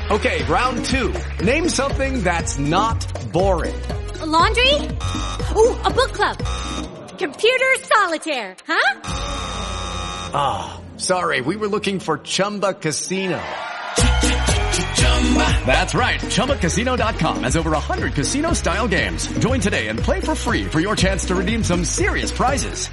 Okay, round two. Name something that's not boring. A laundry? Ooh, a book club. Computer solitaire, huh? Ah, sorry, we were looking for Chumba Casino. That's right, ChumbaCasino.com has over 100 casino-style games. Join today and play for free for your chance to redeem some serious prizes.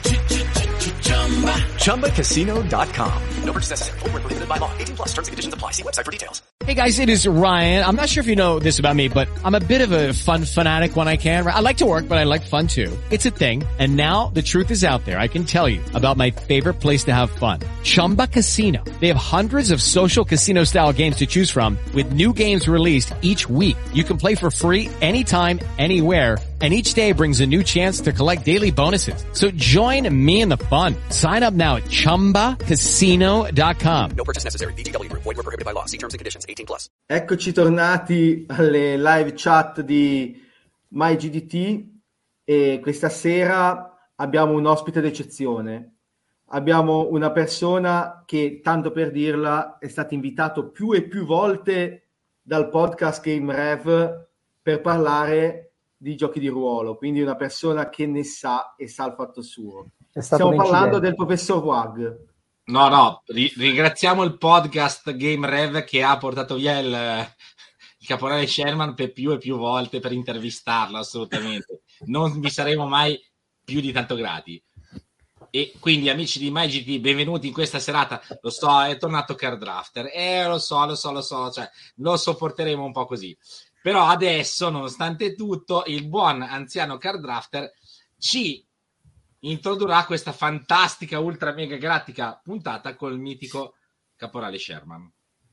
ChumbaCasino.com. No purchase necessary. Void where prohibited by law. 18+ terms and conditions apply. See website for details. Hey guys, it is Ryan. I'm not sure if you know this about me, but I'm a bit of a fun fanatic when I can. I like to work, but I like fun too. It's a thing. And now the truth is out there. I can tell you about my favorite place to have fun. Chumba Casino. They have hundreds of social casino style games to choose from with new games released each week. You can play for free anytime, anywhere. And each day brings a new chance to collect daily bonuses. So join me in the fun. Sign up now at ChumbaCasino.com. No purchase necessary. VGW Group. Void where prohibited by law. See terms and conditions. 18+. Eccoci tornati alle live chat di MyGDT e questa sera abbiamo un ospite d'eccezione. Abbiamo una persona che, tanto per dirla, è stato invitato più e più volte dal podcast Game Rev per parlare di giochi di ruolo, quindi una persona che ne sa e sa il fatto suo. Stiamo parlando del professor Wag. No, ringraziamo il podcast Game Rev che ha portato via il caporale Sherman per più e più volte per intervistarlo, assolutamente. Non vi saremo mai più di tanto grati. E quindi, amici di MyGT, benvenuti in questa serata. Lo so, è tornato Card Drafter. Lo so, cioè, lo sopporteremo un po' così. Però adesso, nonostante tutto, il buon anziano Card Drafter ci introdurrà questa fantastica, ultra mega galattica puntata col mitico caporale Sherman.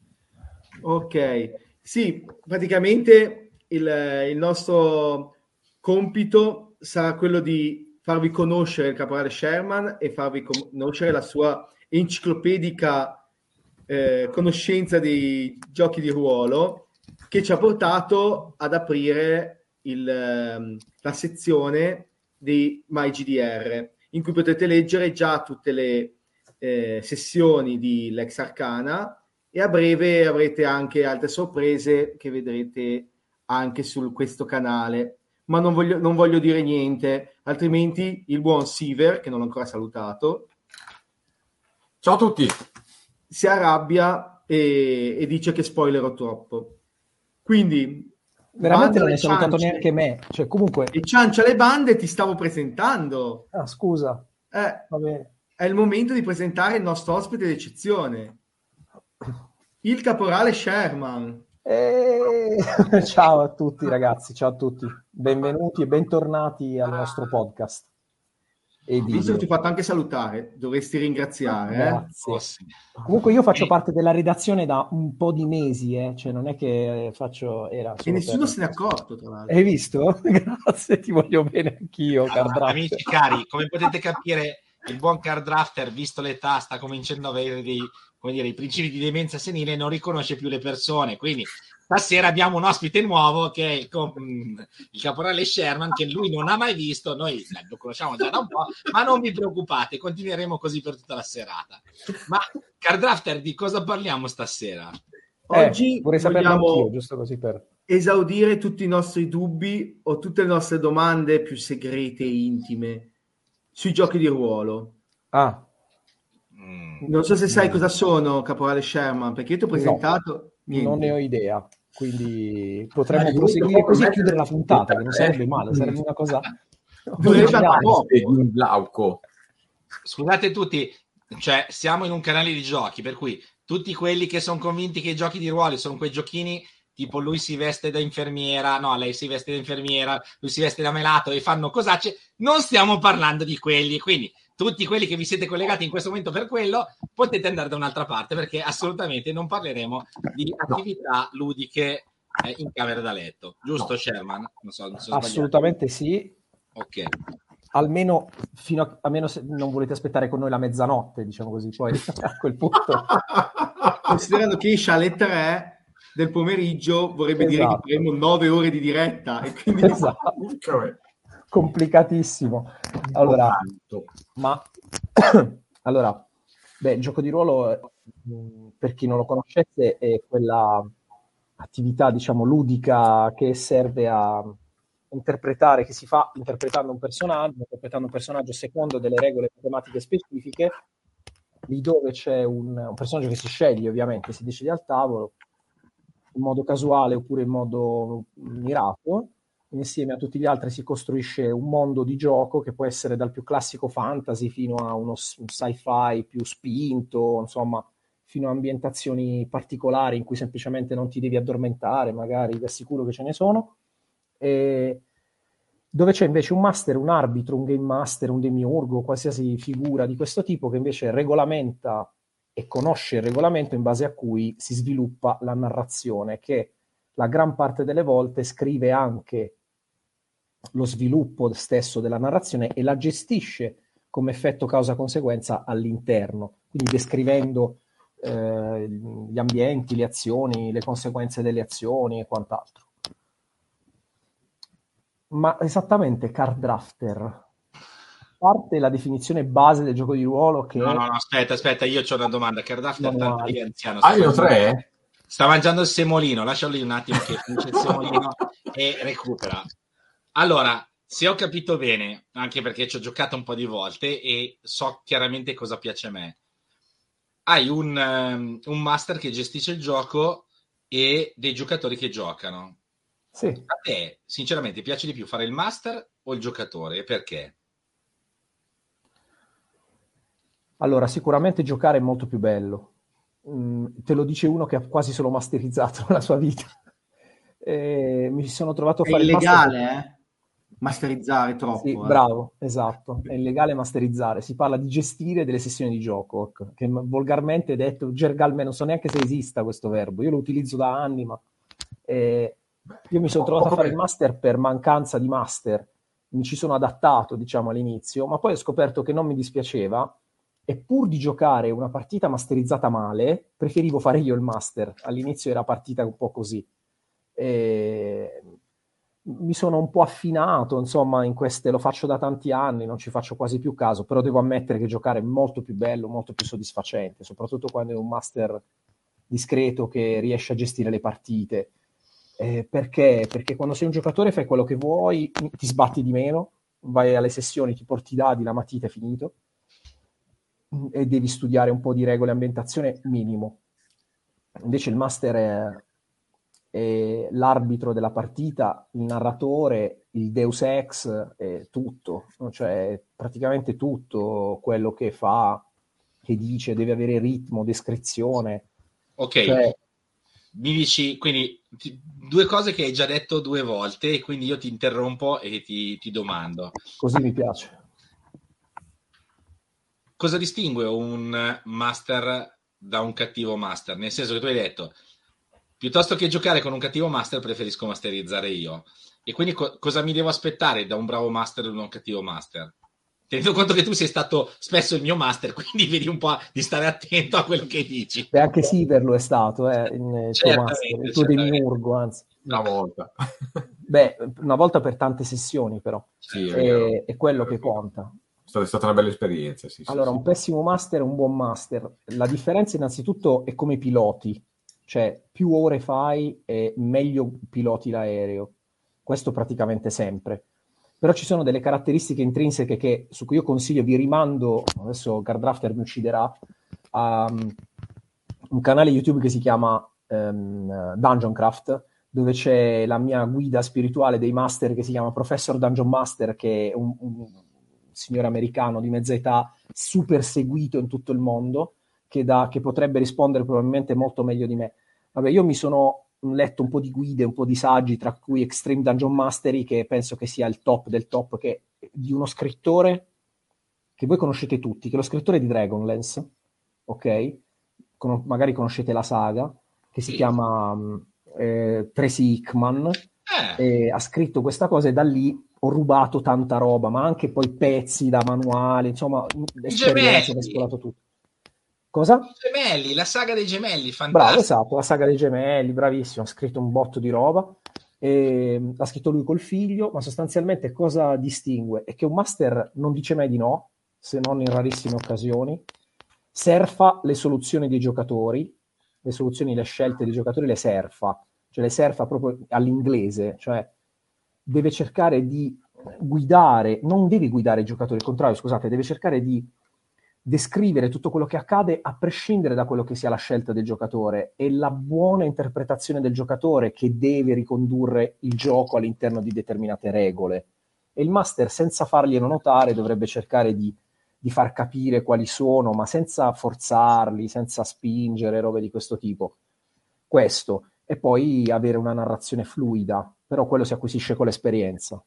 Ok, sì, praticamente il nostro compito sarà quello di farvi conoscere il caporale Sherman e farvi conoscere la sua enciclopedica conoscenza dei giochi di ruolo, che ci ha portato ad aprire la sezione di MyGDR, in cui potete leggere già tutte le sessioni di Lex Arcana, e a breve avrete anche altre sorprese che vedrete anche su questo canale. Ma non voglio dire niente, altrimenti il buon Siver, che non l'ho ancora salutato, ciao a tutti, si arrabbia e dice che spoilerò troppo. Quindi veramente non hai salutato neanche me, cioè comunque e ciancia le bande, ti stavo presentando. Scusa, va bene. È il momento di presentare il nostro ospite d'eccezione, il caporale Sherman. Ciao a tutti ragazzi, ciao a tutti, benvenuti e bentornati al nostro podcast. Visto che ti ho fatto anche salutare, dovresti ringraziare. Grazie. Comunque io faccio parte della redazione da un po' di mesi, cioè non è che faccio... e nessuno se ne è accorto, tra l'altro. Hai visto? Grazie, ti voglio bene anch'io, amici cari, come potete capire, il buon Card Drafter, visto l'età, sta cominciando ad avere i principi di demenza senile, non riconosce più le persone, quindi stasera abbiamo un ospite nuovo che è il caporale Sherman, che lui non ha mai visto, noi lo conosciamo già da un po', ma non vi preoccupate, continueremo così per tutta la serata. Ma Card Drafter, di cosa parliamo stasera? Oggi vorrei saperlo anch'io, giusto così per esaudire tutti i nostri dubbi o tutte le nostre domande più segrete e intime sui giochi di ruolo. Non so se sai cosa sono, caporale Sherman, perché io ti ho presentato. No, non ne ho idea, quindi potremmo proseguire così e chiudere la puntata, che non sarebbe male, sarebbe una cosa... di un glauco. Scusate tutti, cioè siamo in un canale di giochi, per cui tutti quelli che sono convinti che i giochi di ruolo sono quei giochini tipo lui si veste da infermiera, no, lei si veste da infermiera, lui si veste da melato e fanno cosacce, non stiamo parlando di quelli, quindi tutti quelli che vi siete collegati in questo momento per quello potete andare da un'altra parte, perché assolutamente non parleremo di attività ludiche in camera da letto, giusto Sherman? Non so assolutamente sì. Ok. Almeno a meno se non volete aspettare con noi la mezzanotte, diciamo così, poi a quel punto. Considerando che esce alle 3 del pomeriggio, vorrebbe dire che faremo 9 ore di diretta, e quindi complicatissimo. Allora, il gioco di ruolo, per chi non lo conoscesse, è quella attività, diciamo, ludica che serve a interpretare, che si fa interpretando un personaggio secondo delle regole matematiche specifiche, lì dove c'è un personaggio che si sceglie, ovviamente, si decide al tavolo, in modo casuale oppure in modo mirato, insieme a tutti gli altri si costruisce un mondo di gioco che può essere dal più classico fantasy fino a un sci-fi più spinto, insomma, fino a ambientazioni particolari in cui semplicemente non ti devi addormentare, magari, vi assicuro che ce ne sono, e dove c'è invece un master, un arbitro, un game master, un demiurgo, qualsiasi figura di questo tipo che invece regolamenta e conosce il regolamento in base a cui si sviluppa la narrazione, che la gran parte delle volte scrive anche lo sviluppo stesso della narrazione e la gestisce come effetto causa-conseguenza all'interno, quindi descrivendo gli ambienti, le azioni, le conseguenze delle azioni e quant'altro. Ma esattamente Card Drafter, a parte la definizione base del gioco di ruolo che... No, aspetta, io ho una domanda. Card Drafter, tanto lì è anziano. Io 3? Sta mangiando il semolino, lascialo lì un attimo che finisce il semolino e recupera. Allora, se ho capito bene, anche perché ci ho giocato un po' di volte e so chiaramente cosa piace a me, hai un master che gestisce il gioco e dei giocatori che giocano. Sì. A te, sinceramente, piace di più fare il master o il giocatore? E perché? Allora, sicuramente giocare è molto più bello. Te lo dice uno che ha quasi solo masterizzato nella sua vita. Mi sono trovato a fare il master... È illegale, masterizzare troppo. Sì, bravo, esatto. È illegale masterizzare. Si parla di gestire delle sessioni di gioco, che volgarmente detto, gergalmente, non so neanche se esista questo verbo. Io lo utilizzo da anni, ma... io mi sono trovato a fare il master per mancanza di master, mi ci sono adattato, diciamo, all'inizio, ma poi ho scoperto che non mi dispiaceva e pur di giocare una partita masterizzata male, preferivo fare io il master. All'inizio era partita un po' così. Mi sono un po' affinato, insomma, in queste, lo faccio da tanti anni, non ci faccio quasi più caso, però devo ammettere che giocare è molto più bello, molto più soddisfacente, soprattutto quando è un master discreto che riesce a gestire le partite. Perché? Perché quando sei un giocatore fai quello che vuoi, ti sbatti di meno, vai alle sessioni, ti porti i dadi, la matita è finito, e devi studiare un po' di regole e ambientazione minimo. Invece il master è l'arbitro della partita, il narratore, il Deus Ex, è tutto, cioè praticamente tutto quello che fa, che dice, deve avere ritmo, descrizione. Ok. Cioè, mi dici, quindi, due cose che hai già detto 2 volte, e quindi io ti interrompo e ti domando. Così mi piace. Cosa distingue un master da un cattivo master? Nel senso che tu hai detto, piuttosto che giocare con un cattivo master, preferisco masterizzare io. E quindi cosa mi devo aspettare da un bravo master o da un cattivo master? Tenendo conto che tu sei stato spesso il mio master, quindi vedi un po' di stare attento a quello che dici. E anche Siver lo è stato, il tuo master, il tuo demiurgo, anzi. Una volta. Beh, una volta per tante sessioni, però. Sì, è quello che conta. È stata una bella esperienza. Sì, allora, sì, un pessimo master e un buon master. La differenza innanzitutto è come piloti. Cioè, più ore fai e meglio piloti l'aereo. Questo praticamente sempre. Però ci sono delle caratteristiche intrinseche su cui io consiglio, vi rimando, adesso Card Drafter mi ucciderà, a un canale YouTube che si chiama Dungeon Craft, dove c'è la mia guida spirituale dei master che si chiama Professor Dungeon Master, che è un signore americano di mezza età, super seguito in tutto il mondo, che potrebbe rispondere probabilmente molto meglio di me. Vabbè, io mi sono letto un po' di guide, un po' di saggi, tra cui Extreme Dungeon Mastery, che penso che sia il top del top, che è di uno scrittore che voi conoscete tutti, che è lo scrittore di Dragonlance, ok? Magari conoscete la saga, che si chiama Tracy Hickman, ha scritto questa cosa e da lì ho rubato tanta roba, ma anche poi pezzi da manuali, insomma, esperienze, ho spolato tutto. Cosa? Gemelli, la saga dei gemelli, fantastico. Bravo, esatto, la saga dei gemelli, bravissimo, ha scritto un botto di roba, l'ha scritto lui col figlio, ma sostanzialmente cosa distingue? È che un master non dice mai di no, se non in rarissime occasioni, surfa le soluzioni dei giocatori, le scelte dei giocatori le surfa, cioè le surfa proprio all'inglese, cioè deve cercare di guidare, non deve guidare il giocatore, al contrario, scusate, deve cercare di descrivere tutto quello che accade a prescindere da quello che sia la scelta del giocatore e la buona interpretazione del giocatore che deve ricondurre il gioco all'interno di determinate regole. E il master, senza farglielo notare, dovrebbe cercare di far capire quali sono, ma senza forzarli, senza spingere, robe di questo tipo. Questo, e poi avere una narrazione fluida, però quello si acquisisce con l'esperienza.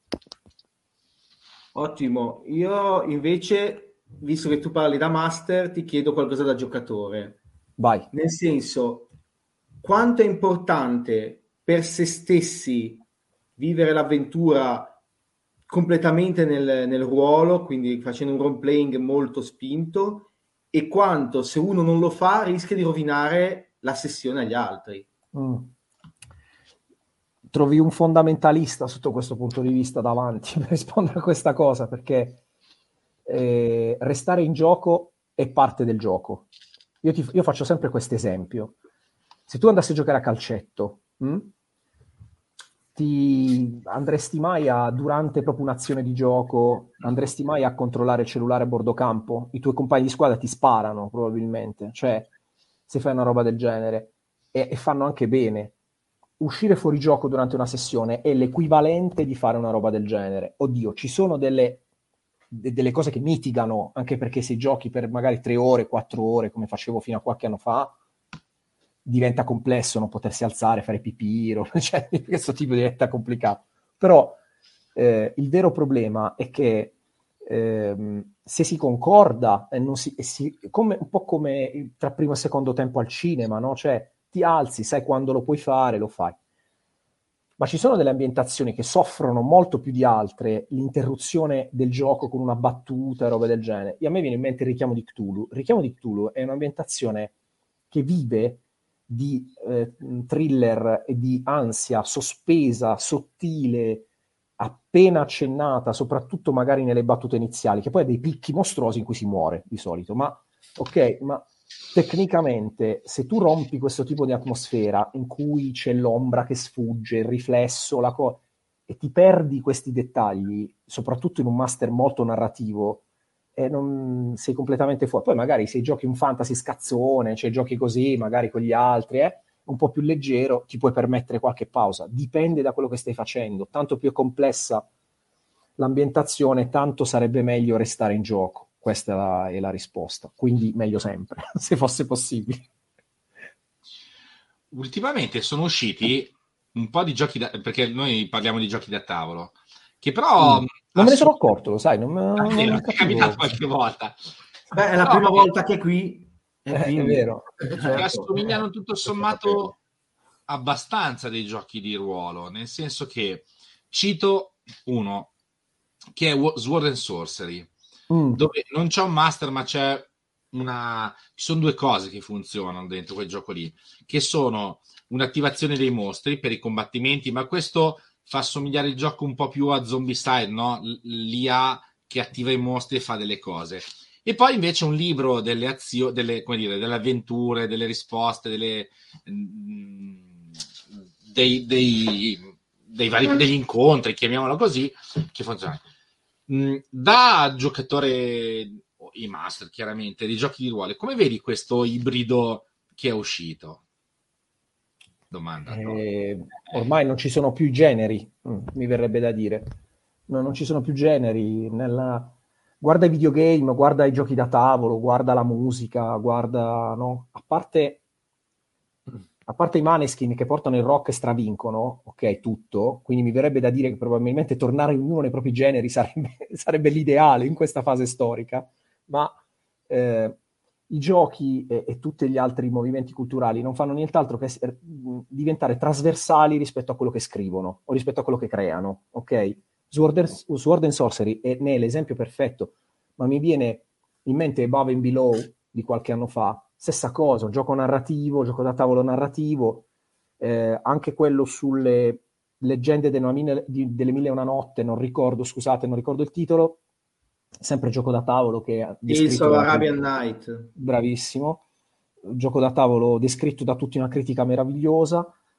Ottimo. Io invece, visto che tu parli da master, ti chiedo qualcosa da giocatore. Vai. Nel senso, quanto è importante per se stessi vivere l'avventura completamente nel ruolo, quindi facendo un role playing molto spinto, e quanto, se uno non lo fa, rischia di rovinare la sessione agli altri. Trovi un fondamentalista sotto questo punto di vista davanti per rispondere a questa cosa, perché restare in gioco è parte del gioco. Io faccio sempre questo esempio. Se tu andassi a giocare a calcetto, ti andresti mai durante proprio un'azione di gioco, andresti mai a controllare il cellulare a bordo campo? I tuoi compagni di squadra ti sparano probabilmente, cioè se fai una roba del genere, e fanno anche bene. Uscire fuori gioco durante una sessione è l'equivalente di fare una roba del genere. Oddio, ci sono delle cose che mitigano, anche perché se giochi per magari 3 ore, 4 ore, come facevo fino a qualche anno fa, diventa complesso non potersi alzare, fare pipì, cioè questo tipo diventa complicato. Però il vero problema è che se si concorda e non un po' come tra primo e secondo tempo al cinema, no? Cioè ti alzi, sai quando lo puoi fare, lo fai. Ma ci sono delle ambientazioni che soffrono molto più di altre l'interruzione del gioco con una battuta e robe del genere. E a me viene in mente il Richiamo di Cthulhu. Il Richiamo di Cthulhu è un'ambientazione che vive di thriller e di ansia sospesa, sottile, appena accennata, soprattutto magari nelle battute iniziali, che poi ha dei picchi mostruosi in cui si muore di solito. Ma ok, ma tecnicamente, se tu rompi questo tipo di atmosfera in cui c'è l'ombra che sfugge, il riflesso, e ti perdi questi dettagli, soprattutto in un master molto narrativo, non sei completamente fuori. Poi magari se giochi un fantasy scazzone, cioè giochi così, magari con gli altri, un po' più leggero, ti puoi permettere qualche pausa. Dipende da quello che stai facendo. Tanto più è complessa l'ambientazione, tanto sarebbe meglio restare in gioco. Questa è la risposta, quindi meglio sempre, se fosse possibile. Ultimamente sono usciti un po' di giochi perché noi parliamo di giochi da tavolo, che però... Non me ne sono accorto, lo sai, non è capitato qualche volta. Beh, è la prima volta che è qui. È vero. Che assomigliano tutto sommato abbastanza dei giochi di ruolo, nel senso che cito uno, che è Sword and Sorcery, dove non c'è un master, ma ci sono 2 cose che funzionano dentro quel gioco lì, che sono un'attivazione dei mostri per i combattimenti, ma questo fa assomigliare il gioco un po' più a Zombicide, no? L'IA che attiva i mostri e fa delle cose. E poi invece un libro delle azioni, delle avventure, delle risposte, degli incontri, chiamiamolo così, che funziona. Da giocatore, i master chiaramente, di giochi di ruolo, come vedi questo ibrido che è uscito? Domanda. Ormai non ci sono più generi, mi verrebbe da dire. No, non ci sono più generi. Guarda i videogame, guarda i giochi da tavolo, guarda la musica, guarda... No? A parte i Maneskin che portano il rock e stravincono, ok, tutto, quindi mi verrebbe da dire che probabilmente tornare ognuno nei propri generi sarebbe l'ideale in questa fase storica, ma i giochi e tutti gli altri movimenti culturali non fanno nient'altro che diventare trasversali rispetto a quello che scrivono o rispetto a quello che creano, ok? Sword and Sorcery ne è l'esempio perfetto, ma mi viene in mente Above and Below di qualche anno fa, stessa cosa, un gioco narrativo, gioco da tavolo narrativo, anche quello sulle leggende delle 1001 notte, non ricordo il titolo, sempre gioco da tavolo che ha descritto Arabian Night. Bravissimo, gioco da tavolo descritto da tutti una critica meravigliosa,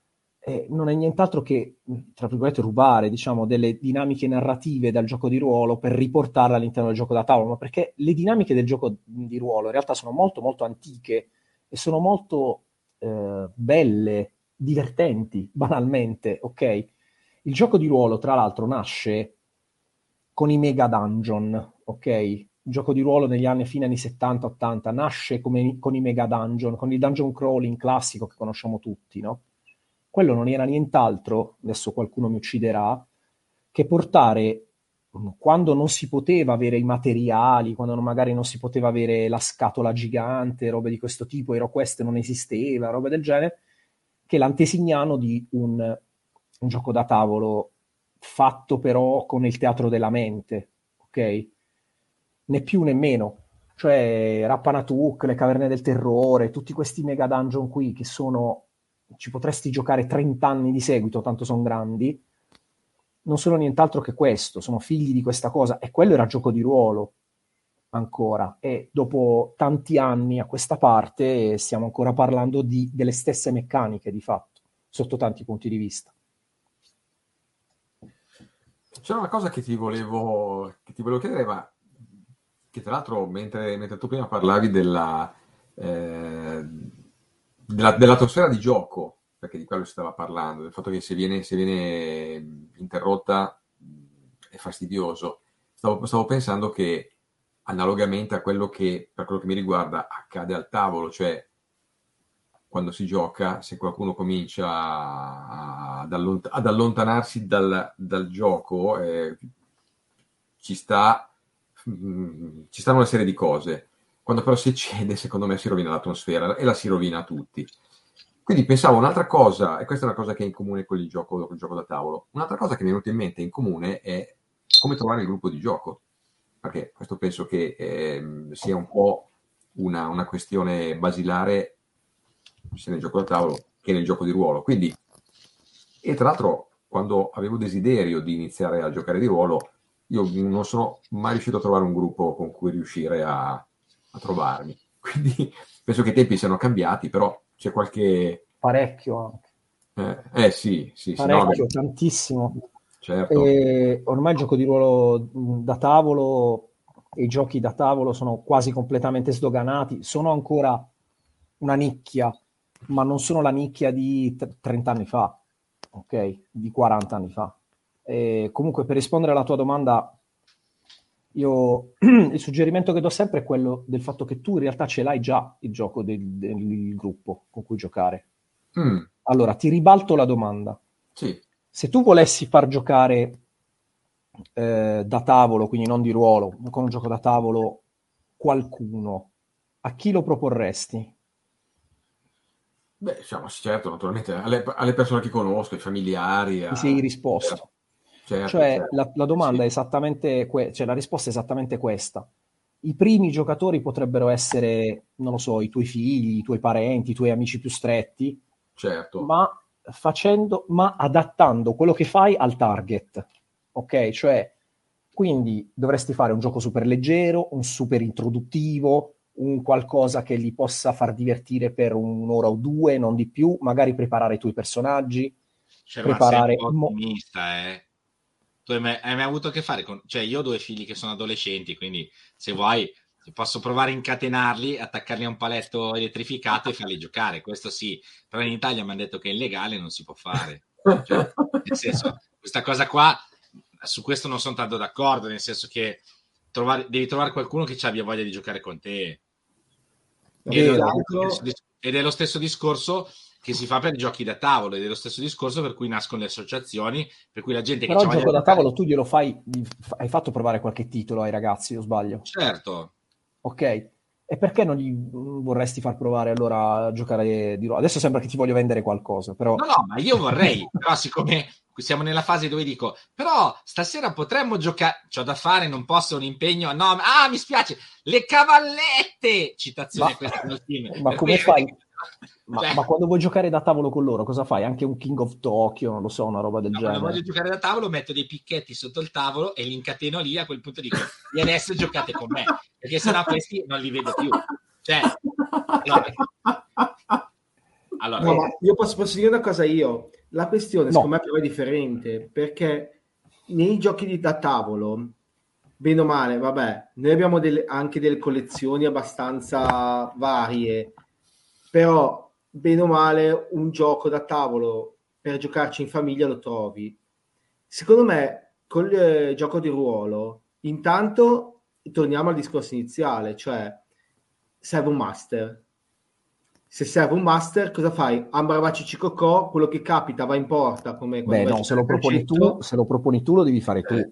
non è nient'altro che, tra virgolette, rubare, diciamo, delle dinamiche narrative dal gioco di ruolo per riportarle all'interno del gioco da tavolo, ma perché le dinamiche del gioco di ruolo in realtà sono molto molto antiche e sono molto belle, divertenti, banalmente, ok? Il gioco di ruolo, tra l'altro, nasce con i mega dungeon, ok? Il gioco di ruolo negli anni, fine anni 70-80, nasce con i mega dungeon, con il dungeon crawling classico che conosciamo tutti, no? Quello non era nient'altro, adesso qualcuno mi ucciderà, che portare, quando non si poteva avere i materiali, quando magari non si poteva avere la scatola gigante, robe di questo tipo, HeroQuest non esisteva, robe del genere, che l'antesignano di un gioco da tavolo fatto però con il teatro della mente, ok? Né più né meno. Cioè Rappanatuk, le Caverne del Terrore, tutti questi mega dungeon qui che ci potresti giocare 30 anni di seguito, tanto sono grandi, non sono nient'altro che questo, sono figli di questa cosa, e quello era gioco di ruolo ancora, e dopo tanti anni a questa parte stiamo ancora parlando delle stesse meccaniche di fatto, sotto tanti punti di vista. C'era una cosa che ti volevo chiedere, ma che tra l'altro mentre tu prima parlavi dell'atmosfera di gioco, perché di quello si stava parlando, del fatto che se viene interrotta è fastidioso. Stavo pensando che analogamente a quello che, per quello che mi riguarda, accade al tavolo, cioè quando si gioca, se qualcuno comincia ad allontanarsi dal gioco, ci stanno una serie di cose. Quando però si cede, secondo me si rovina l'atmosfera e la si rovina a tutti. Quindi pensavo un'altra cosa, e questa è una cosa che è in comune con il gioco da tavolo, un'altra cosa che mi è venuta in mente in comune è come trovare il gruppo di gioco, perché questo penso che sia un po' una questione basilare sia nel gioco da tavolo che nel gioco di ruolo. Quindi, e tra l'altro, quando avevo desiderio di iniziare a giocare di ruolo, io non sono mai riuscito a trovare un gruppo con cui riuscire a trovarmi. Quindi penso che i tempi siano cambiati, però c'è qualche... Parecchio anche. Sì. Parecchio, No, tantissimo. certo. Ormai il gioco di ruolo da tavolo e i giochi da tavolo sono quasi completamente sdoganati, sono ancora una nicchia, ma non sono la nicchia di 30 anni fa, ok? Di 40 anni fa. Comunque, per rispondere alla tua domanda, io il suggerimento che do sempre è quello del fatto che tu in realtà ce l'hai già il gioco del gruppo con cui giocare. Allora, ti ribalto la domanda. Sì. Se tu volessi far giocare da tavolo, quindi non di ruolo, con un gioco da tavolo, qualcuno, a chi lo proporresti? Beh, diciamo, certo, naturalmente, alle persone che conosco, ai familiari. Ti sei risposto. Certo, cioè, certo. la domanda Sì. è esattamente cioè la risposta è esattamente questa. I primi giocatori potrebbero essere, non lo so, i tuoi figli, i tuoi parenti, i tuoi amici più stretti, Certo. ma adattando quello che fai al target, ok? Cioè, quindi dovresti fare un gioco super leggero, un super introduttivo, un qualcosa che li possa far divertire per un'ora o due, non di più, magari preparare i tuoi personaggi, preparare... Ma sei un po' ottimista, eh? Tu hai mai avuto a che fare con... Cioè, io ho 2 figli che sono adolescenti, quindi se vuoi posso provare a incatenarli, attaccarli a un paletto elettrificato e farli giocare, questo sì. Però in Italia mi hanno detto che è illegale e non si può fare. Cioè, nel senso, questa cosa qua, su questo non sono tanto d'accordo, nel senso che devi trovare qualcuno che abbia voglia di giocare con te. Ed è lo stesso discorso che si fa per i giochi da tavolo, ed è lo stesso discorso per cui nascono le associazioni, per cui la gente Però che il c'ha gioco voglia da tavolo tu glielo fai, hai fatto provare qualche titolo ai ragazzi, o sbaglio? Certo. Ok, e perché non gli vorresti far provare allora a giocare di ruolo? Adesso sembra che ti voglio vendere qualcosa, però... No, ma io vorrei, però siccome siamo nella fase dove dico, però stasera potremmo giocare, c'ho da fare, non posso, un impegno, no, mi spiace, le cavallette, citazione questa del film. Ma come fai? Cioè, Ma quando vuoi giocare da tavolo con loro, cosa fai? Anche un King of Tokyo, non lo so, una roba del genere. Quando voglio giocare da tavolo metto dei picchetti sotto il tavolo e li incateno lì, a quel punto dico, e adesso giocate con me, perché sennò questi non li vedo più. Cioè, allora no, ma io posso dire una cosa io. La questione secondo me però è differente, perché nei giochi da tavolo, bene o male, vabbè, noi abbiamo anche delle collezioni abbastanza varie, però bene o male un gioco da tavolo per giocarci in famiglia lo trovi. Secondo me col gioco di ruolo, intanto torniamo al discorso iniziale, cioè serve un master. Se serve un master, cosa fai? Ambra cicocò, quello che capita va in porta. Come se lo proponi tu lo devi fare tu.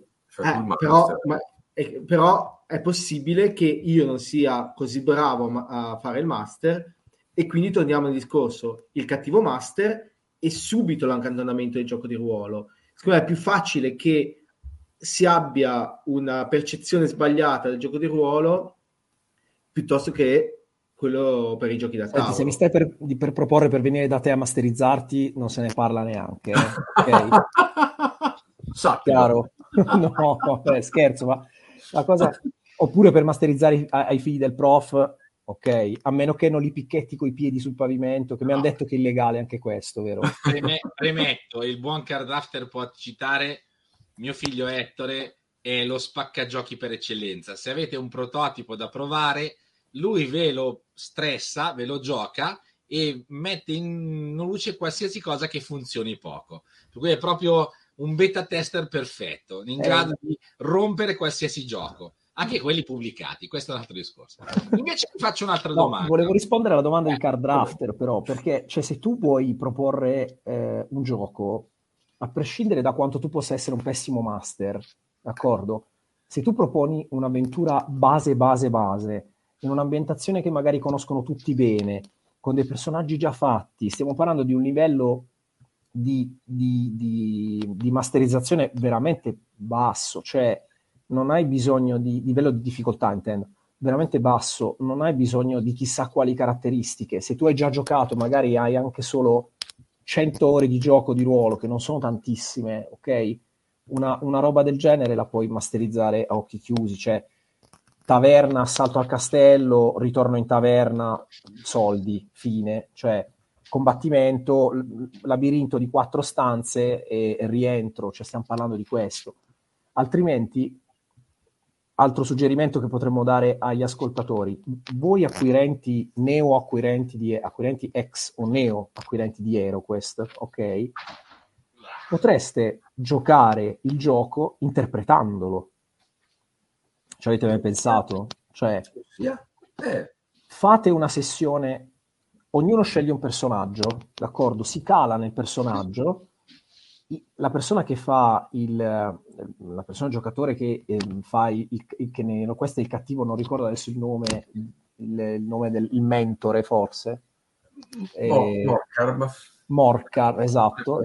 Però è possibile che io non sia così bravo a fare il master, e quindi torniamo al discorso, il cattivo master e subito l'accantonamento del gioco di ruolo. Secondo me è più facile che si abbia una percezione sbagliata del gioco di ruolo piuttosto che quello per i giochi da tavolo. Se mi stai per proporre per venire da te a masterizzarti, non se ne parla neanche. Okay? Chiaro? No, scherzo, ma la cosa... Oppure per masterizzare ai figli del prof, ok? A meno che non li picchetti coi piedi sul pavimento, che mi hanno detto che è illegale anche questo, vero? Premetto, il buon Cardafter può citare mio figlio Ettore, è lo spaccagiochi per eccellenza. Se avete un prototipo da provare, lui ve lo stressa, ve lo gioca e mette in luce qualsiasi cosa che funzioni poco. Per cui è proprio un beta tester perfetto, in grado di rompere qualsiasi gioco, anche quelli pubblicati. Questo è un altro discorso. Invece ti faccio un'altra domanda. Volevo rispondere alla domanda di Card Drafter, però, perché se tu vuoi proporre un gioco, a prescindere da quanto tu possa essere un pessimo master, d'accordo? Se tu proponi un'avventura base, in un'ambientazione che magari conoscono tutti bene, con dei personaggi già fatti, stiamo parlando di un livello di masterizzazione veramente basso, cioè non hai bisogno di livello di difficoltà, intendo, veramente basso, non hai bisogno di chissà quali caratteristiche. Se tu hai già giocato, magari hai anche solo 100 ore di gioco di ruolo, che non sono tantissime, ok? Una roba del genere la puoi masterizzare a occhi chiusi, cioè taverna, assalto al castello, ritorno in taverna, soldi, fine, cioè combattimento, labirinto di 4 stanze e rientro, cioè stiamo parlando di questo. Altrimenti, altro suggerimento che potremmo dare agli ascoltatori, voi acquirenti, neo acquirenti ex o neo acquirenti di HeroQuest, ok? Potreste giocare il gioco interpretandolo. Ci avete mai pensato? Cioè, fate una sessione, ognuno sceglie un personaggio, d'accordo? Si cala nel personaggio, la persona che fa la persona giocatore che fa questo è il cattivo, non ricordo adesso il nome del mentore, forse. Morcar, esatto.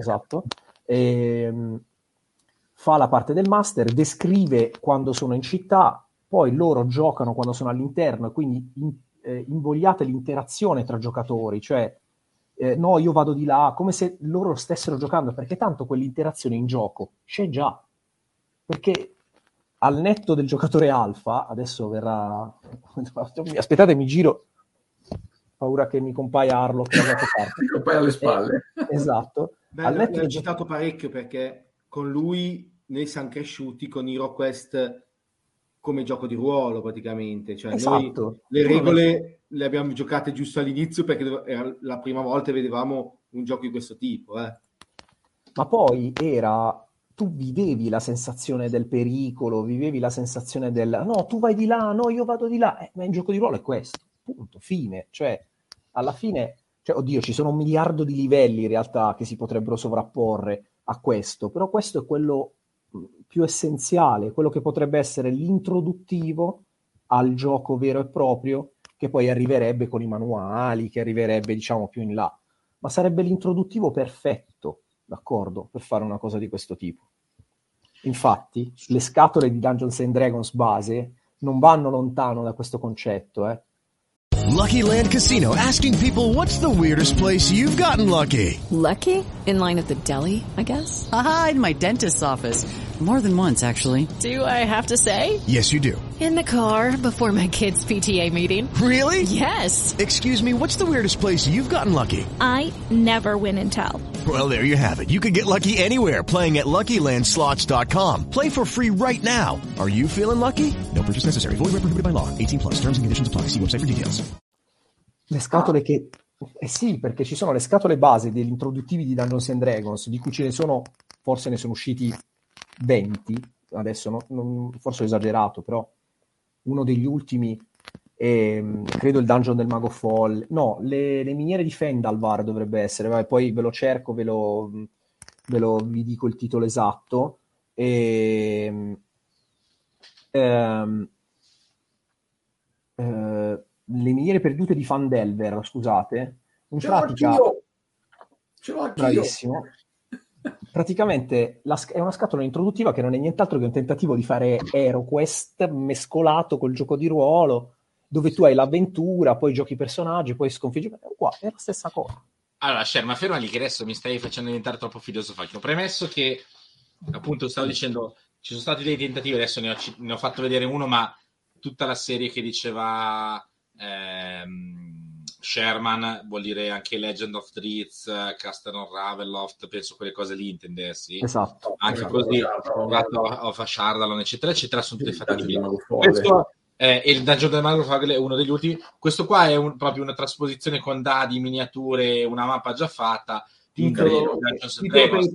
Fa la parte del master, descrive quando sono in città, poi loro giocano quando sono all'interno e quindi invogliate l'interazione tra giocatori, cioè no, io vado di là, come se loro stessero giocando, perché tanto quell'interazione in gioco c'è già, perché al netto del giocatore alfa, adesso verrà, aspettate, mi giro, paura che mi compaia Harlock dall'altra parte. Mi compaia alle spalle. Esatto. Beh, l'ho citato parecchio perché con lui noi siamo cresciuti con HeroQuest come gioco di ruolo praticamente, cioè esatto. Noi le regole le abbiamo giocate giusto all'inizio perché era la prima volta che vedevamo un gioco di questo tipo. Ma poi tu vivevi la sensazione del pericolo, vivevi la sensazione del no, tu vai di là, no, io vado di là, ma il gioco di ruolo è questo, punto, fine, cioè alla fine, cioè, oddio, ci sono 1 miliardo di livelli in realtà che si potrebbero sovrapporre a questo, però questo è quello più essenziale, quello che potrebbe essere l'introduttivo al gioco vero e proprio, che poi arriverebbe con i manuali, che arriverebbe diciamo più in là, ma sarebbe l'introduttivo perfetto, d'accordo, per fare una cosa di questo tipo. Infatti le scatole di Dungeons and Dragons base non vanno lontano da questo concetto. Lucky Land Casino, asking people, what's the weirdest place you've gotten lucky? Lucky? In line at the deli, I guess? Aha, in my dentist's office. More than once, actually. Do I have to say? Yes, you do. In the car before my kids' PTA meeting. Really? Yes. Excuse me, what's the weirdest place you've gotten lucky? I never win and tell. Well, there you have it. You can get lucky anywhere, playing at LuckyLandSlots.com. Play for free right now. Are you feeling lucky? No purchase necessary. Void where prohibited by law. 18+. Terms and conditions apply. See website for details. Le scatole che... sì, perché ci sono le scatole base degli introduttivi di Dungeons and Dragons, di cui ce ne sono, forse ne sono usciti 20, adesso forse ho esagerato, però uno degli ultimi credo il Dungeon del Mago Folle, no, le miniere di Fendalvar dovrebbe essere. Vabbè, poi ve lo cerco, vi dico il titolo esatto. Le miniere perdute di Fandelver, scusate, in pratica ce l'ho anch'io. Bravissimo. Praticamente è una scatola introduttiva che non è nient'altro che un tentativo di fare HeroQuest mescolato col gioco di ruolo, dove tu hai l'avventura, poi giochi i personaggi, poi sconfiggi. Qua è la stessa cosa. Allora, Sherman, fermali che adesso mi stai facendo diventare troppo filosofico. Premesso che, appunto, stavo dicendo, ci sono stati dei tentativi, adesso ne ho fatto vedere uno, ma tutta la serie che diceva Sherman vuol dire anche Legend of Drizzt, Castle of Ravenloft, penso quelle cose lì intendessi. Esatto. Anche esatto, così, of Ashardalon, eccetera, eccetera, sono tutti fatti lì. E il Dungeon del Mago Fogle è uno degli ultimi. Questo qua è proprio una trasposizione con dadi, miniature, una mappa già fatta. Titolo per il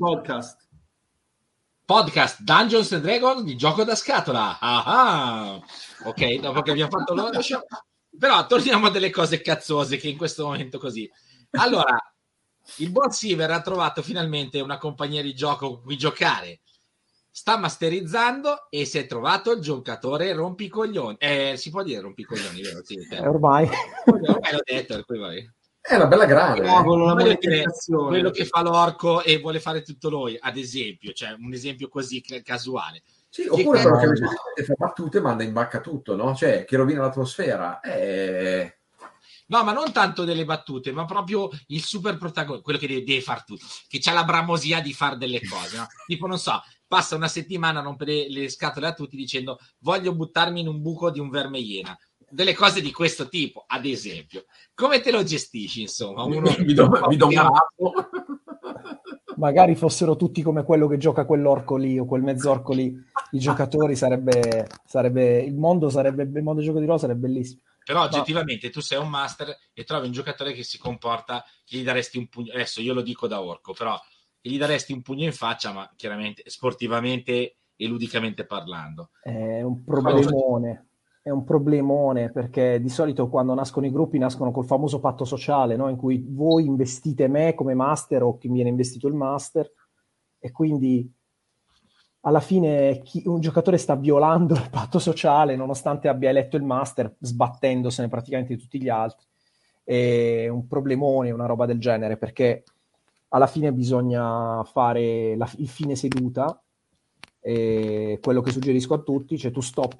podcast Dungeons and Dragons di gioco da scatola. Ok, dopo che abbiamo fatto l'ora, però torniamo a delle cose cazzose che in questo momento così. Allora, il buon Siver ha trovato finalmente una compagnia di gioco con cui giocare. Sta masterizzando e si è trovato il giocatore rompicoglioni. Si può dire rompicoglioni, vero? Sì, ormai l'ho detto, per cui vai. È una bella grana. Quello che fa l'orco e vuole fare tutto lui, ad esempio, cioè un esempio così casuale. Sì, oppure però che fa battute, manda in bacca tutto, no? Cioè, che rovina l'atmosfera. No, ma non tanto delle battute, ma proprio il super protagonista, quello che deve far tutto, che c'ha la bramosia di fare delle cose, no? Tipo, non so, passa una settimana a rompere le scatole a tutti dicendo voglio buttarmi in un buco di un verme iena. Delle cose di questo tipo, ad esempio. Come te lo gestisci, insomma? Mi do un razzo. Magari fossero tutti come quello che gioca quell'orco lì o quel mezz'orco lì, i giocatori sarebbe il mondo gioco di ruolo sarebbe bellissimo. Però oggettivamente tu sei un master e trovi un giocatore che si comporta, che gli daresti un pugno, adesso io lo dico da orco, però che gli daresti un pugno in faccia, ma chiaramente sportivamente e ludicamente parlando. È un problemone perché di solito quando nascono i gruppi nascono col famoso patto sociale, no? In cui voi investite me come master o chi viene investito il master, e quindi alla fine un giocatore sta violando il patto sociale nonostante abbia eletto il master, sbattendosene praticamente di tutti gli altri. È un problemone una roba del genere, perché alla fine bisogna fare il fine seduta. E quello che suggerisco a tutti, cioè tu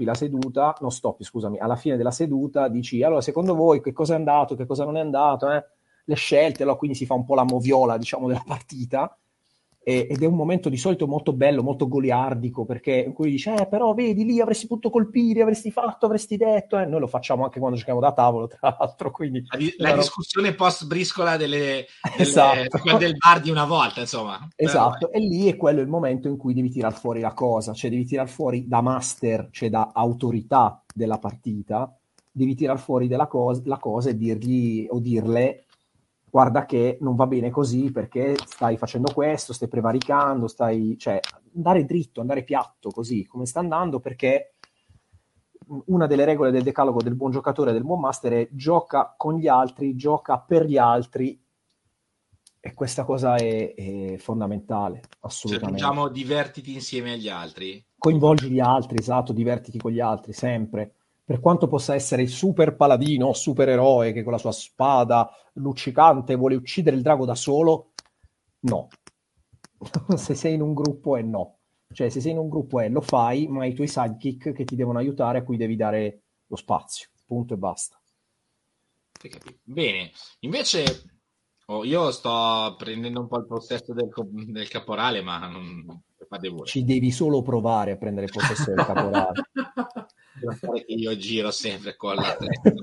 alla fine della seduta dici allora secondo voi che cosa è andato, che cosa non è andato, le scelte, allora quindi si fa un po' la moviola diciamo della partita, ed è un momento di solito molto bello, molto goliardico, perché in cui dici però vedi lì avresti potuto colpire, avresti fatto, avresti detto, noi lo facciamo anche quando giochiamo da tavolo tra l'altro, quindi la discussione post briscola esatto. del bar di una volta, insomma. Esatto, e lì è quello il momento in cui devi tirar fuori la cosa, cioè devi tirar fuori da master, cioè da autorità della partita, devi tirar fuori la cosa e dirgli o dirle guarda che non va bene così perché stai facendo questo, stai prevaricando, cioè andare dritto, andare piatto così come sta andando, perché una delle regole del decalogo del buon giocatore e del buon master è gioca con gli altri, gioca per gli altri, e questa cosa è fondamentale, assolutamente. Cioè, diciamo, divertiti insieme agli altri. Coinvolgi gli altri, esatto, divertiti con gli altri, sempre. Per quanto possa essere il super paladino, super eroe che con la sua spada luccicante vuole uccidere il drago da solo, no. Se sei in un gruppo no. Cioè, se sei in un gruppo lo fai, ma hai i tuoi sidekick che ti devono aiutare, a cui devi dare lo spazio. Punto e basta. Bene. Invece, io sto prendendo un po' il possesso del caporale, ma non fate voi. Ci devi solo provare a prendere possesso del caporale. che io giro sempre con la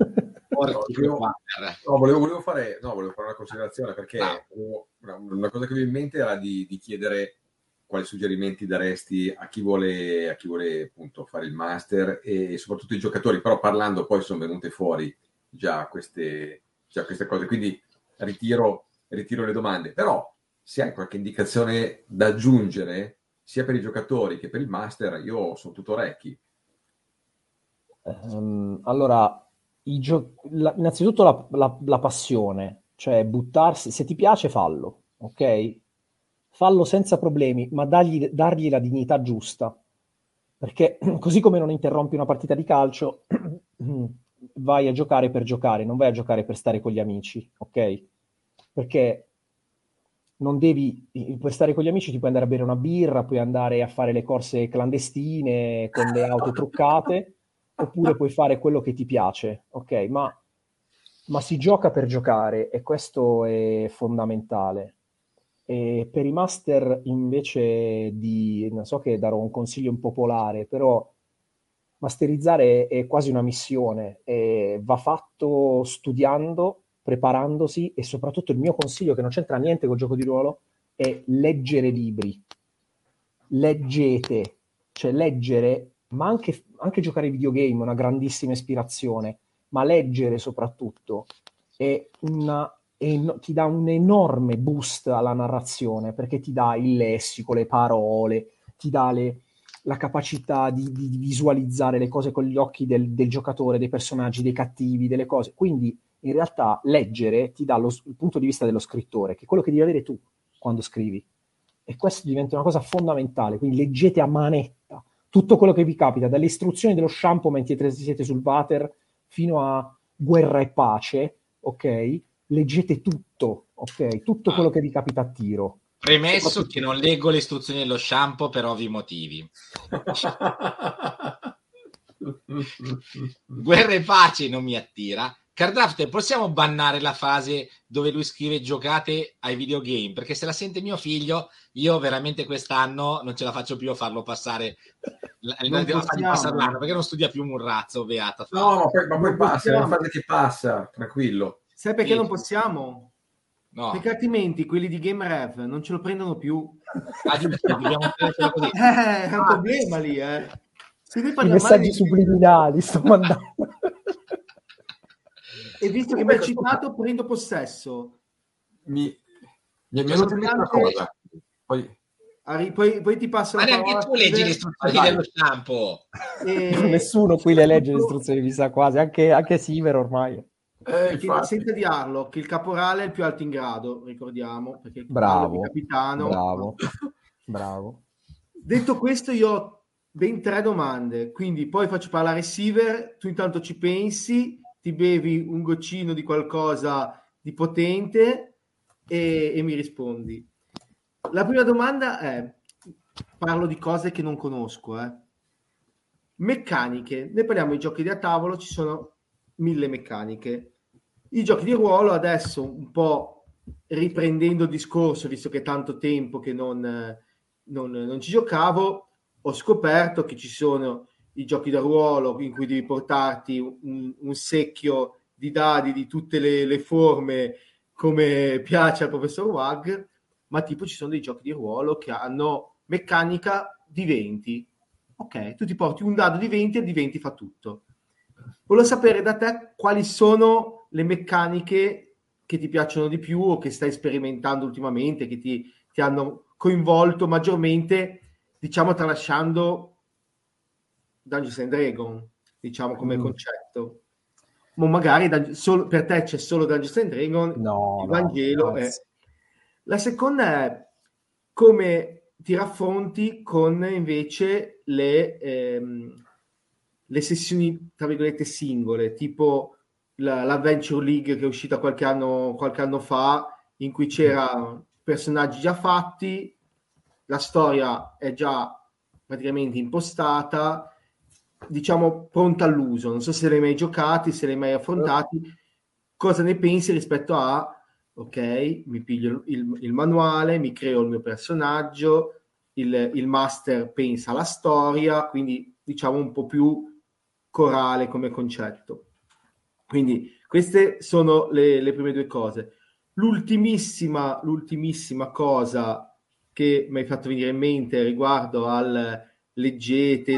volevo fare una considerazione, perché una cosa che mi viene in mente era di chiedere quali suggerimenti daresti a chi vuole appunto fare il master e soprattutto i giocatori, però parlando poi sono venute fuori già queste cose, quindi ritiro le domande, però se hai qualche indicazione da aggiungere sia per i giocatori che per il master, io sono tutto orecchi. Allora, innanzitutto la passione, cioè buttarsi, se ti piace fallo, ok? Fallo senza problemi, ma dargli la dignità giusta, perché così come non interrompi una partita di calcio, vai a giocare per giocare, non vai a giocare per stare con gli amici, ok? Perché non devi, per stare con gli amici ti puoi andare a bere una birra, puoi andare a fare le corse clandestine con le auto truccate, oppure puoi fare quello che ti piace, ok? Ma si gioca per giocare e questo è fondamentale. E per i master invece non so che darò un consiglio impopolare, però masterizzare è quasi una missione e va fatto studiando, preparandosi, e soprattutto il mio consiglio, che non c'entra niente col gioco di ruolo, è leggere libri. Leggete, cioè leggere, ma anche giocare ai videogame è una grandissima ispirazione, ma leggere soprattutto è ti dà un enorme boost alla narrazione, perché ti dà il lessico, le parole, ti dà la capacità di visualizzare le cose con gli occhi del giocatore, dei personaggi, dei cattivi, delle cose. Quindi in realtà leggere ti dà il punto di vista dello scrittore, che è quello che devi avere tu quando scrivi. E questo diventa una cosa fondamentale. Quindi leggete a manetta tutto quello che vi capita, dalle istruzioni dello shampoo mentre siete sul water fino a guerra e pace, ok? Leggete tutto, ok? Tutto quello che vi capita a tiro. Premesso che non leggo le istruzioni dello shampoo per ovvi motivi. Guerra e pace non mi attira. Cardrafter, possiamo bannare la fase dove lui scrive giocate ai videogame? Perché se la sente mio figlio, io veramente quest'anno non ce la faccio più a farlo passare l'anno, perché non studia più un razzo, beata. No, ma poi passa, è una fase che passa, tranquillo. Sai perché non possiamo? No. Perché altrimenti quelli di Game Rev non ce lo prendono più. È un problema lì, Se i messaggi subliminali sto mandando. E visto che mi hai citato, prendo possesso. Mi è venuta in mente una cosa. Poi ti passo la parola. Ma neanche tu leggi le istruzioni dello shampoo. Nessuno qui le legge le istruzioni, mi sa quasi, anche Siver ormai. Senza di Harlock, il caporale è il più alto in grado, ricordiamo, perché il capitano. Bravo. Detto questo, io ho ben 3 domande, quindi poi faccio parlare Siver, tu intanto ci pensi, ti bevi un goccino di qualcosa di potente e mi rispondi. La prima domanda è, parlo di cose che non conosco, meccaniche. Noi parliamo di giochi da tavolo, ci sono 1000 meccaniche. I giochi di ruolo adesso, un po' riprendendo il discorso, visto che è tanto tempo che non ci giocavo, ho scoperto che ci sono i giochi da ruolo in cui devi portarti un secchio di dadi di tutte le forme, come piace al professor Wag, ma tipo ci sono dei giochi di ruolo che hanno meccanica di 20. Ok, tu ti porti un dado di 20 e di 20 fa tutto. Volevo sapere da te quali sono le meccaniche che ti piacciono di più o che stai sperimentando ultimamente, che ti hanno coinvolto maggiormente, diciamo, tralasciando Dungeons and Dragons, diciamo, come concetto. Ma magari per te c'è solo Dungeons and Dragons, il Vangelo. La seconda è come ti raffronti con invece le sessioni, tra virgolette, singole, tipo l'Adventure League che è uscita qualche anno fa, in cui c'erano personaggi già fatti, la storia è già praticamente impostata, diciamo pronta all'uso. Non so se l'hai mai giocati, se l'hai mai affrontati, cosa ne pensi rispetto a ok, mi piglio il manuale, mi creo il mio personaggio, il master pensa alla storia, quindi diciamo un po' più corale come concetto. Quindi queste sono le prime due cose. L'ultimissima cosa che mi hai fatto venire in mente riguardo al leggete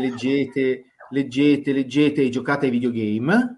e giocate ai videogame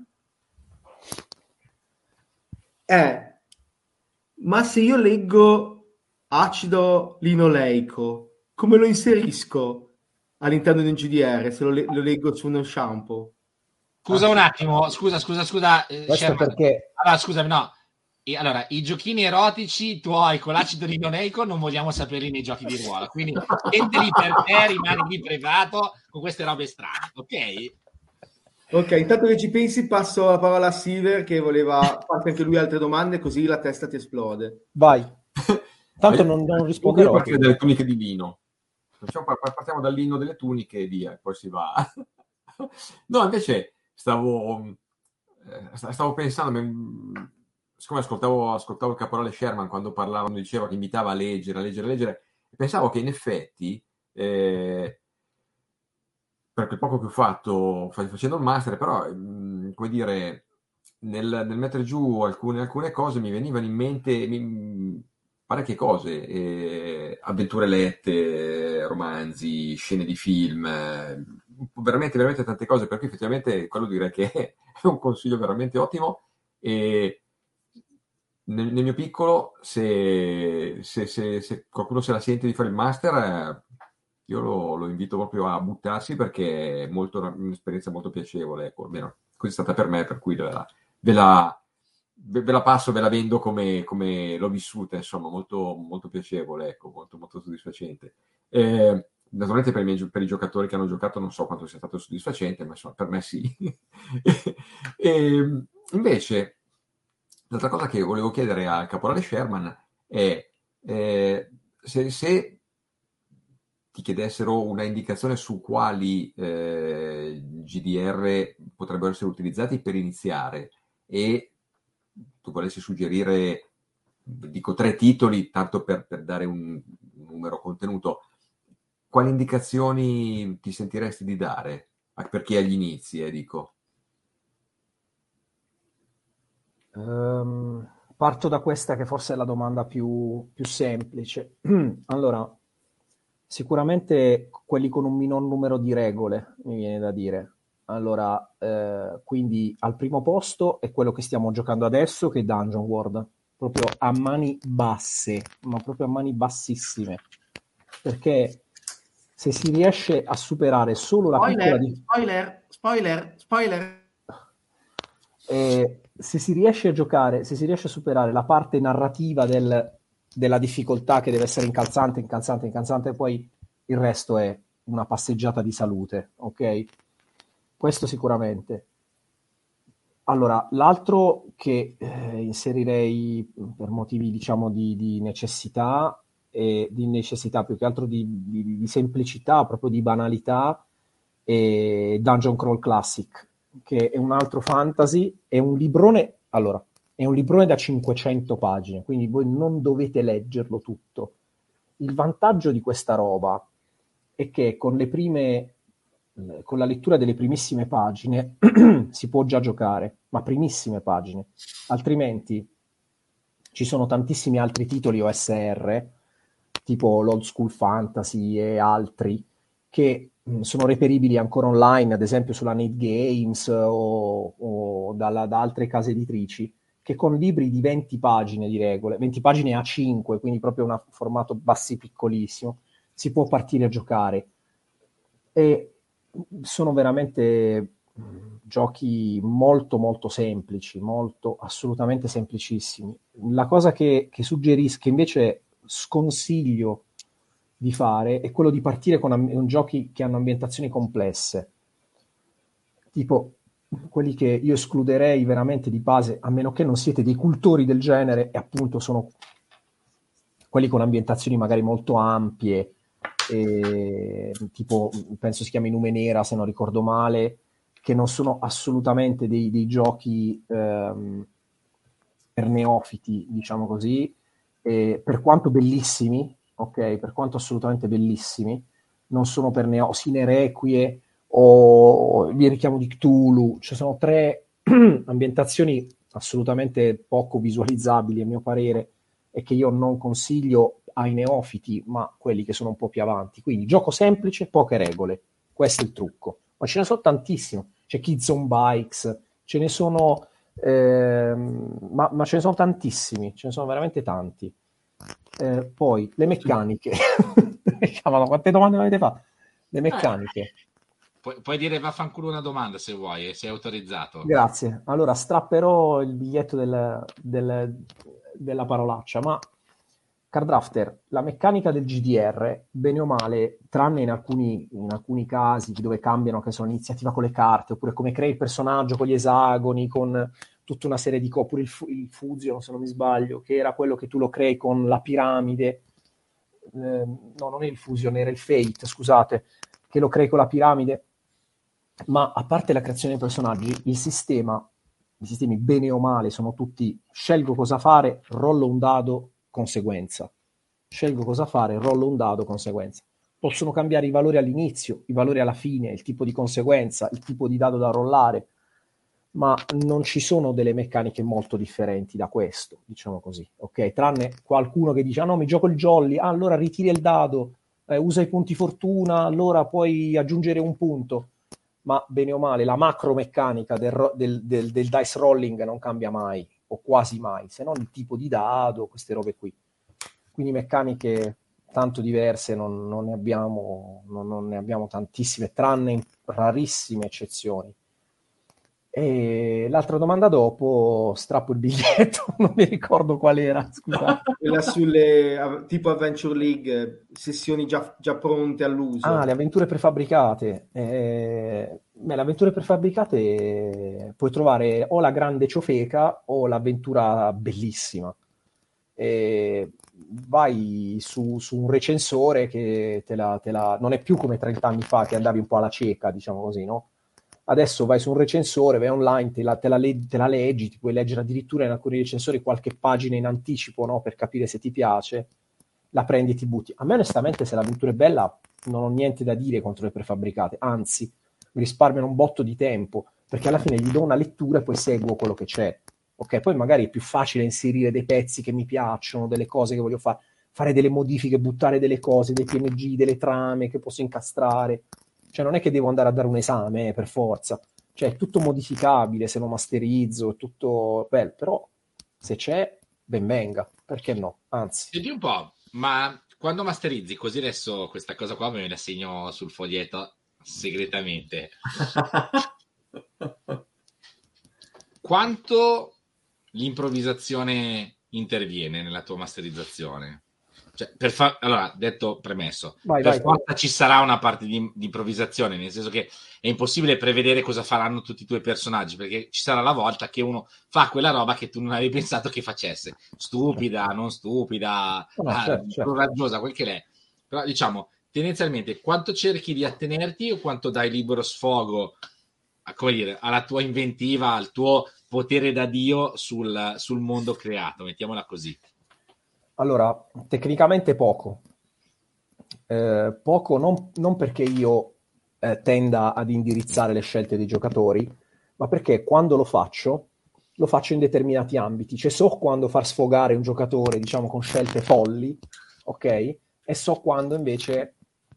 è: ma se io leggo acido linoleico, come lo inserisco all'interno di un GDR se lo leggo su uno shampoo? Scusa un attimo, scusa. Questo perché... Allora, scusami, no. Allora, i giochini erotici tuoi con l'acido linoleico non vogliamo saperli nei giochi di ruolo, quindi entri per te, rimani lì privato con queste robe strane, ok? Ok, intanto che ci pensi passo la parola a Silver che voleva farti anche lui altre domande, così la testa ti esplode. Vai. Tanto non risponderò. Io partire dalle tuniche di lino. Partiamo dal lino delle tuniche e via, poi si va. No, invece stavo pensando, siccome ascoltavo il caporale Sherman quando diceva che invitava a leggere, e pensavo che in effetti, per quel poco che ho fatto facendo il master, però, come dire, nel mettere giù alcune cose mi venivano in mente parecchie cose, avventure lette, romanzi, scene di film, veramente, veramente tante cose, per cui effettivamente quello direi che è un consiglio veramente ottimo. E nel mio piccolo, se qualcuno se la sente di fare il master, io lo invito proprio a buttarsi, perché è un'esperienza molto piacevole, ecco, almeno così è stata per me, per cui ve la passo, ve la vendo come l'ho vissuta, insomma, molto, molto piacevole, ecco, molto, molto soddisfacente. Naturalmente per i giocatori che hanno giocato non so quanto sia stato soddisfacente, ma insomma per me sì. E invece, l'altra cosa che volevo chiedere al caporale Sherman è se ti chiedessero una indicazione su quali GDR potrebbero essere utilizzati per iniziare, e tu volessi suggerire, dico 3 titoli, tanto per dare un numero contenuto, quali indicazioni ti sentiresti di dare per chi è agli inizi, dico? Parto da questa, che forse è la domanda più semplice. Allora, sicuramente quelli con un minor numero di regole, mi viene da dire. Allora, quindi al primo posto è quello che stiamo giocando adesso, che è Dungeon World, proprio a mani basse, ma proprio a mani bassissime, perché se si riesce a superare solo la piccola... Spoiler! Se si riesce a giocare, se si riesce a superare la parte narrativa della difficoltà, che deve essere incalzante, e poi il resto è una passeggiata di salute, ok? Questo sicuramente. Allora, l'altro che inserirei per motivi, diciamo, di necessità, e di necessità più che altro di semplicità, proprio di banalità, è Dungeon Crawl Classic, che è un altro fantasy, è un librone da 500 pagine, quindi voi non dovete leggerlo tutto. Il vantaggio di questa roba è che con la lettura delle primissime pagine si può già giocare, ma primissime pagine. Altrimenti ci sono tantissimi altri titoli OSR, tipo l'Old School Fantasy e altri, che sono reperibili ancora online, ad esempio sulla Need Games o da altre case editrici, che con libri di 20 pagine di regole, 20 pagine A5, quindi proprio un formato bassi piccolissimo, si può partire a giocare. E sono veramente giochi molto molto semplici, assolutamente semplicissimi. La cosa che suggerisco, che invece sconsiglio di fare, è quello di partire con giochi che hanno ambientazioni complesse, tipo quelli che io escluderei veramente di base, a meno che non siete dei cultori del genere, e appunto sono quelli con ambientazioni magari molto ampie, tipo penso si chiami Numenera, se non ricordo male, che non sono assolutamente dei giochi per neofiti, diciamo così, per quanto bellissimi, ok, per quanto assolutamente bellissimi, non sono per Sine Requie o il richiamo di Cthulhu. Ci sono 3 ambientazioni assolutamente poco visualizzabili, a mio parere, e che io non consiglio ai neofiti, ma quelli che sono un po' più avanti. Quindi gioco semplice, poche regole, questo è il trucco. Ma ce ne sono tantissimo, c'è Kids on Bikes, ce ne sono ma ce ne sono tantissimi, ce ne sono veramente tanti. Poi le meccaniche. Cavolo, quante domande avete fatto? Le meccaniche. Puoi dire vaffanculo una domanda se vuoi, sei autorizzato. Grazie. Allora strapperò il biglietto della parolaccia, ma Cardrafter, la meccanica del GDR, bene o male, tranne in alcuni casi dove cambiano, che sono l'iniziativa con le carte, oppure come crei il personaggio con gli esagoni, con tutta una serie di oppure il Fusion, se non mi sbaglio, che era quello che tu lo crei con la piramide, no, non è il Fusion, era il Fate, scusate, che lo crei con la piramide. Ma a parte la creazione dei personaggi, i sistemi bene o male sono tutti: scelgo cosa fare, rollo un dado, conseguenza. Scelgo cosa fare, rollo un dado, conseguenza. Possono cambiare i valori all'inizio, i valori alla fine, il tipo di conseguenza, il tipo di dado da rollare, ma non ci sono delle meccaniche molto differenti da questo, diciamo così, ok? Tranne qualcuno che dice: ah no, mi gioco il jolly, ah, allora ritiri il dado, usa i punti fortuna, allora puoi aggiungere un punto. Ma bene o male la macro meccanica del dice rolling non cambia mai, o quasi mai, se non il tipo di dado, queste robe qui. Quindi meccaniche tanto diverse non ne abbiamo tantissime, tranne in rarissime eccezioni. E l'altra domanda dopo, strappo il biglietto, non mi ricordo qual era, scusate. Quella sulle tipo Adventure League, sessioni già pronte all'uso. Ah, le avventure prefabbricate. Le avventure prefabbricate puoi trovare o la grande ciofeca o l'avventura bellissima. Vai su un recensore che non è più come 30 anni fa che andavi un po' alla cieca, diciamo così, no? Adesso vai su un recensore, vai online, te la leggi, ti puoi leggere addirittura in alcuni recensori qualche pagina in anticipo, no? Per capire se ti piace, la prendi e ti butti. A me onestamente, se l'avventura è bella, non ho niente da dire contro le prefabbricate, anzi, mi risparmiano un botto di tempo, perché alla fine gli do una lettura e poi seguo quello che c'è. Ok, poi magari è più facile inserire dei pezzi che mi piacciono, delle cose che voglio fare delle modifiche, buttare delle cose, dei PNG, delle trame che posso incastrare. Cioè non è che devo andare a dare un esame per forza, cioè è tutto modificabile se lo masterizzo, è tutto bello, però se c'è, ben venga, perché no? Anzi. Senti un po', ma quando masterizzi, così adesso questa cosa qua me la segno sul foglietto segretamente. Quanto l'improvvisazione interviene nella tua masterizzazione? Cioè, allora, detto premesso, per forza ci sarà una parte di improvvisazione, nel senso che è impossibile prevedere cosa faranno tutti i tuoi personaggi, perché ci sarà la volta che uno fa quella roba che tu non avevi pensato che facesse, stupida, non stupida, coraggiosa, quel che l'è. Però diciamo, tendenzialmente, quanto cerchi di attenerti o quanto dai libero sfogo, come dire, alla tua inventiva, al tuo potere da Dio sul mondo creato, mettiamola così. Allora, tecnicamente poco. Poco non perché io tenda ad indirizzare le scelte dei giocatori, ma perché quando lo faccio in determinati ambiti. Cioè so quando far sfogare un giocatore, diciamo, con scelte folli, ok? E so quando invece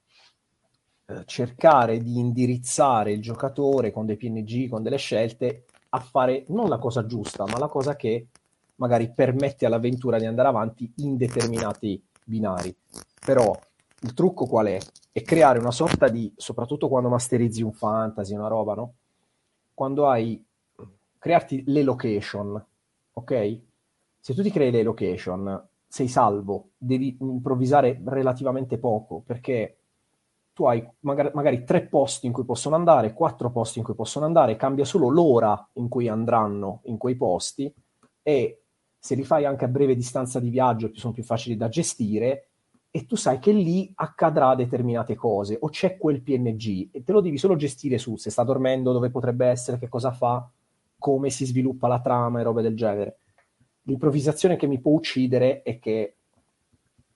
cercare di indirizzare il giocatore con dei PNG, con delle scelte, a fare non la cosa giusta, ma la cosa che magari permette all'avventura di andare avanti in determinati binari. Però il trucco qual è? È creare una sorta di, soprattutto quando masterizzi un fantasy, una roba, no? Quando crearti le location, ok? Se tu ti crei le location, sei salvo, devi improvvisare relativamente poco, perché tu hai magari 3 posti in cui possono andare, 4 posti in cui possono andare, cambia solo l'ora in cui andranno in quei posti, e se li fai anche a breve distanza di viaggio sono più facili da gestire, e tu sai che lì accadrà determinate cose, o c'è quel PNG, e te lo devi solo gestire su se sta dormendo, dove potrebbe essere, che cosa fa, come si sviluppa la trama e robe del genere. L'improvvisazione che mi può uccidere è che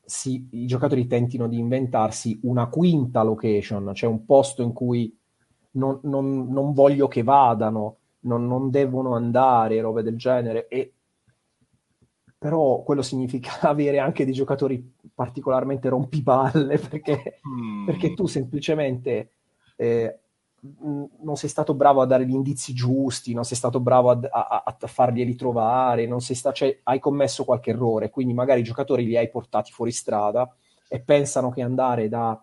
i giocatori tentino di inventarsi una quinta location, cioè un posto in cui non voglio che vadano, non devono andare, robe del genere. Però quello significa avere anche dei giocatori particolarmente rompipalle, perché tu semplicemente non sei stato bravo a dare gli indizi giusti, non sei stato bravo a farglieli trovare, cioè, hai commesso qualche errore, quindi magari i giocatori li hai portati fuori strada e pensano che andare da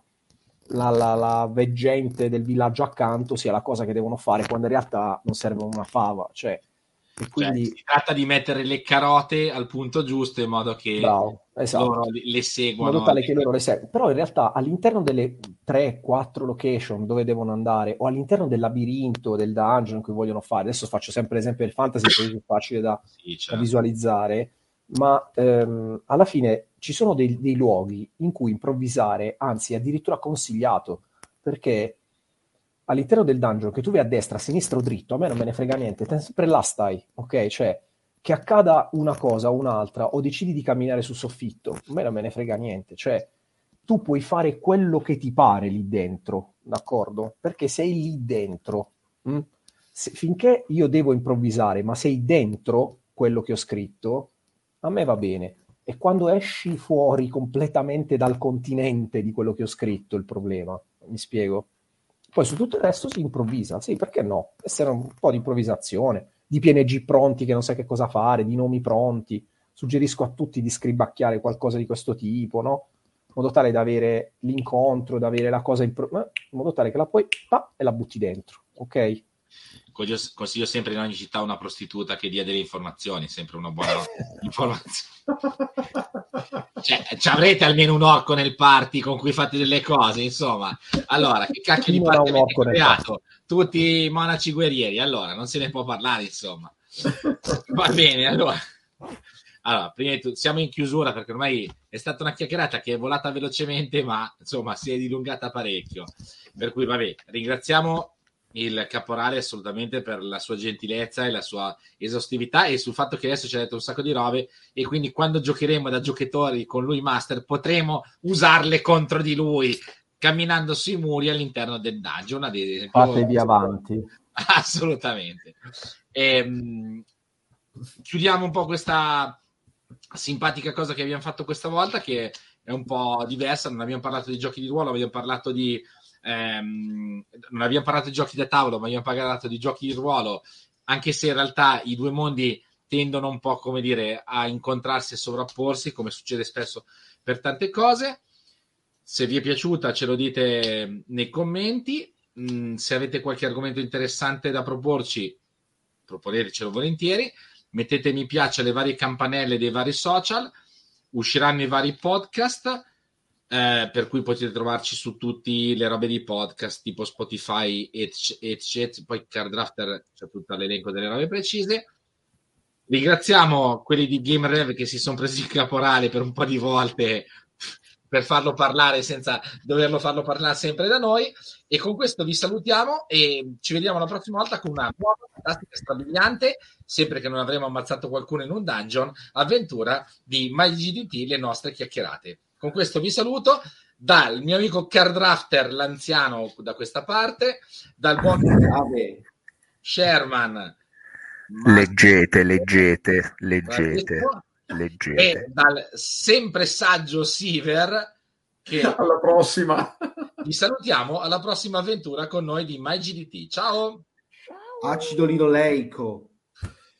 la veggente del villaggio accanto sia la cosa che devono fare, quando in realtà non serve una fava, cioè. E quindi si tratta di mettere le carote al punto giusto in modo che loro le seguano. In modo tale che loro le seguono. Però in realtà all'interno delle 3-4 location dove devono andare, o all'interno del labirinto, del dungeon in cui vogliono fare, adesso faccio sempre l'esempio del fantasy perché è più facile da visualizzare, ma alla fine ci sono dei luoghi in cui improvvisare, anzi addirittura consigliato, perché all'interno del dungeon, che tu vai a destra, a sinistra o dritto, a me non me ne frega niente, sempre là stai, ok? Cioè, che accada una cosa o un'altra, o decidi di camminare sul soffitto, a me non me ne frega niente, cioè, tu puoi fare quello che ti pare lì dentro, d'accordo? Perché sei lì dentro, finché io devo improvvisare, ma sei dentro quello che ho scritto, a me va bene. E quando esci fuori completamente dal continente di quello che ho scritto, il problema, mi spiego? Poi su tutto il resto si improvvisa, sì, perché no? Essere un po' di improvvisazione, di PNG pronti che non sai che cosa fare, di nomi pronti. Suggerisco a tutti di scribacchiare qualcosa di questo tipo, no? In modo tale da avere l'incontro, da avere la cosa in modo tale che la puoi e la butti dentro, ok? Consiglio sempre in ogni città una prostituta che dia delle informazioni, sempre una buona informazione. Cioè, ci avrete almeno un orco nel party con cui fate delle cose, insomma. Allora, che cacchio di party avete creato? Tutti monaci guerrieri, allora non se ne può parlare, insomma. Va bene, allora, prima di tutto siamo in chiusura perché ormai è stata una chiacchierata che è volata velocemente, ma insomma si è dilungata parecchio, per cui vabbè, ringraziamo il caporale assolutamente per la sua gentilezza e la sua esaustività e sul fatto che adesso ci ha detto un sacco di robe e quindi quando giocheremo da giocatori con lui master potremo usarle contro di lui camminando sui muri all'interno del dungeon, ad esempio. Fatevi avanti. Assolutamente. Chiudiamo un po' questa simpatica cosa che abbiamo fatto questa volta, che è un po' diversa. Non abbiamo parlato di giochi di ruolo, abbiamo parlato di non abbiamo parlato di giochi da tavolo, ma abbiamo parlato di giochi di ruolo, anche se in realtà i due mondi tendono un po', come dire, a incontrarsi e sovrapporsi, come succede spesso per tante cose. Se vi è piaciuta ce lo dite nei commenti, se avete qualche argomento interessante da proporci, proponetecelo volentieri, mettete mi piace alle varie campanelle dei vari social, usciranno i vari podcast, per cui potete trovarci su tutte le robe di podcast tipo Spotify eccetera. Poi Carddrafter c'è tutto l'elenco delle robe precise. Ringraziamo quelli di Game Rev che si sono presi il caporale per un po' di volte per farlo parlare senza doverlo farlo parlare sempre da noi, e con questo vi salutiamo e ci vediamo la prossima volta con una nuova, fantastica, strabiliante, sempre che non avremo ammazzato qualcuno in un dungeon, avventura di MyGDT, le nostre chiacchierate. Con questo vi saluto dal mio amico Carddrafter, l'anziano da questa parte, dal buon Sherman, leggete e dal sempre saggio Siver, che alla prossima. Vi salutiamo alla prossima avventura con noi di MyGDT. Ciao! Acido linoleico.